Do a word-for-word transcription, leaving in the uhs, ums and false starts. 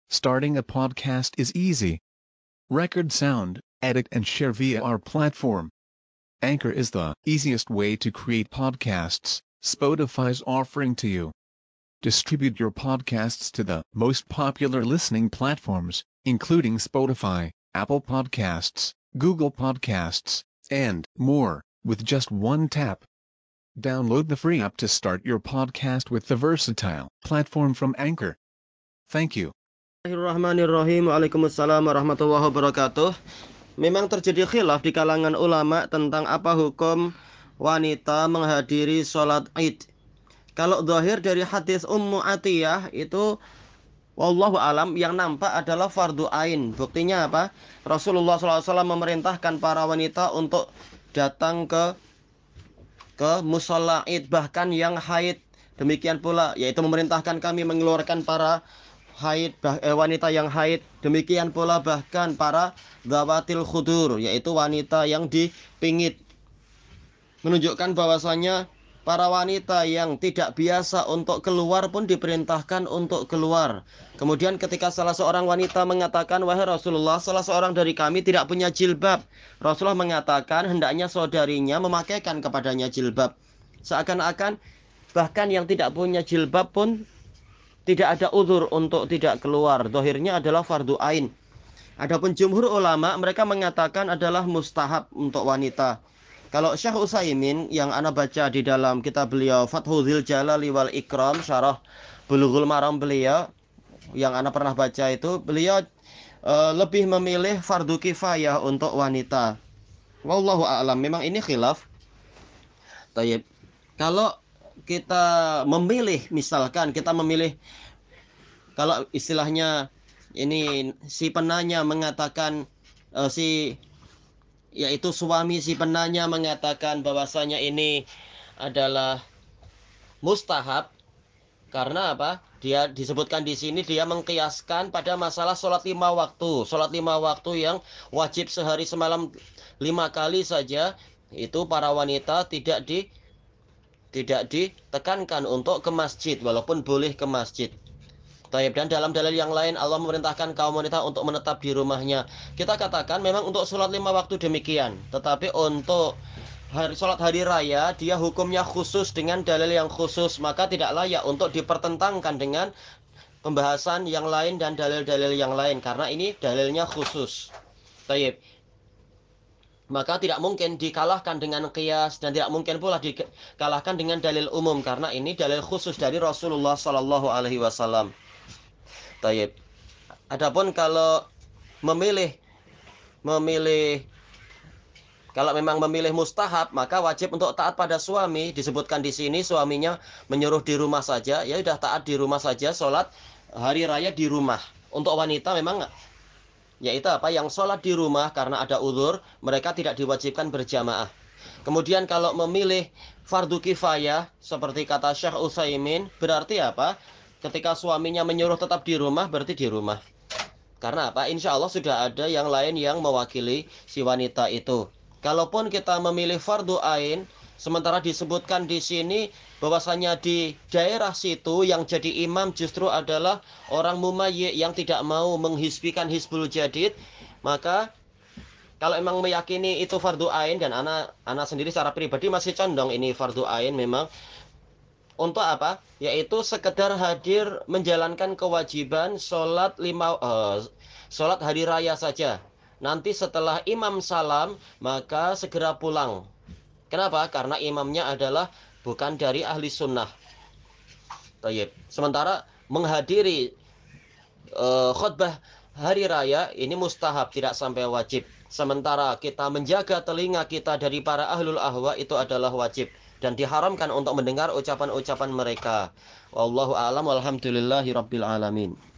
Starting a podcast is easy. Record sound, edit and share via our platform. Anchor is the easiest way to create podcasts Spotify's offering to you. Distribute your podcasts to the most popular listening platforms, including Spotify, Apple Podcasts, Google Podcasts, and more, with just one tap. Download the free app to start your podcast with the versatile platform from Anchor. Thank you. Bismillahirrahmanirrahim. Waalaikumsalam warahmatullahi wabarakatuh. Memang terjadi khilaf di kalangan ulama tentang apa hukum wanita menghadiri sholat id. Kalau zahir dari hadis Ummu Atiyah itu wallahu alam yang nampak adalah fardu ain. Buktinya apa? Rasulullah shallallahu alaihi wasallam memerintahkan para wanita untuk datang ke ke mushola id, bahkan yang haid. Demikian pula, yaitu memerintahkan kami mengeluarkan para haid bah, eh, wanita yang haid. Demikian pula bahkan para zawatil khudur, yaitu wanita yang dipingit. Menunjukkan bahwasanya para wanita yang tidak biasa untuk keluar pun diperintahkan untuk keluar. Kemudian ketika salah seorang wanita mengatakan, wahai Rasulullah, salah seorang dari kami tidak punya jilbab. Rasulullah mengatakan hendaknya saudarinya memakaikan kepadanya jilbab. Seakan-akan bahkan yang tidak punya jilbab pun tidak ada uzur untuk tidak keluar. Zahirnya adalah fardu ain. Adapun jumhur ulama mereka mengatakan adalah mustahab untuk wanita. Kalau Syekh Utsaimin yang ana baca di dalam kitab beliau Fathul Jalali wal Ikram, syarah Bulughul Maram beliau yang ana pernah baca itu, beliau uh, lebih memilih fardu kifayah untuk wanita. Wallahu a'lam. Memang ini khilaf. Tayyib. Kalau kita memilih, misalkan kita memilih, kalau istilahnya ini si penanya mengatakan uh, si yaitu suami si penanya mengatakan bahwasanya ini adalah mustahab, karena apa? Dia disebutkan di sini dia mengkiaskan pada masalah sholat lima waktu, sholat lima waktu yang wajib sehari semalam lima kali saja, itu para wanita tidak di tidak ditekankan untuk ke masjid, walaupun boleh ke masjid. Taib. Dan dalam dalil yang lain Allah memerintahkan kaum wanita untuk menetap di rumahnya. Kita katakan memang untuk sholat lima waktu demikian, tetapi untuk hari, sholat hari raya dia hukumnya khusus dengan dalil yang khusus, maka tidak layak untuk dipertentangkan dengan pembahasan yang lain dan dalil-dalil yang lain, karena ini dalilnya khusus. Taib. Maka tidak mungkin dikalahkan dengan qiyas dan tidak mungkin pula dikalahkan dengan dalil umum, karena ini dalil khusus dari Rasulullah Shallallahu Alaihi Wasallam. Tayyib. Adapun kalau memilih memilih kalau memang memilih mustahab, maka wajib untuk taat pada suami. Disebutkan di sini suaminya menyuruh di rumah saja, ya sudah taat di rumah saja, sholat hari raya di rumah. Untuk wanita memang yaitu apa, yang sholat di rumah karena ada uzur, mereka tidak diwajibkan berjamaah. Kemudian kalau memilih fardu kifayah seperti kata Syekh Utsaimin, berarti apa? Ketika suaminya menyuruh tetap di rumah, berarti di rumah. Karena apa? Insya Allah sudah ada yang lain yang mewakili si wanita itu. Kalaupun kita memilih fardu ain, sementara disebutkan di sini bahwasanya di daerah situ yang jadi imam justru adalah orang mumayyi yang tidak mau menghisbikan Hizbul Jadid, maka kalau emang meyakini itu fardu ain, dan anak anak sendiri secara pribadi masih condong ini fardu ain memang, untuk apa? Yaitu sekedar hadir menjalankan kewajiban sholat lima uh, sholat hari raya saja. Nanti setelah imam salam maka segera pulang. Kenapa? Karena imamnya adalah bukan dari ahli sunnah. Tayyib. Sementara menghadiri uh, khutbah hari raya ini mustahab, tidak sampai wajib. Sementara kita menjaga telinga kita dari para ahlul ahwa itu adalah wajib dan diharamkan untuk mendengar ucapan-ucapan mereka. Wallahu a'lam walhamdulillahi rabbil alamin.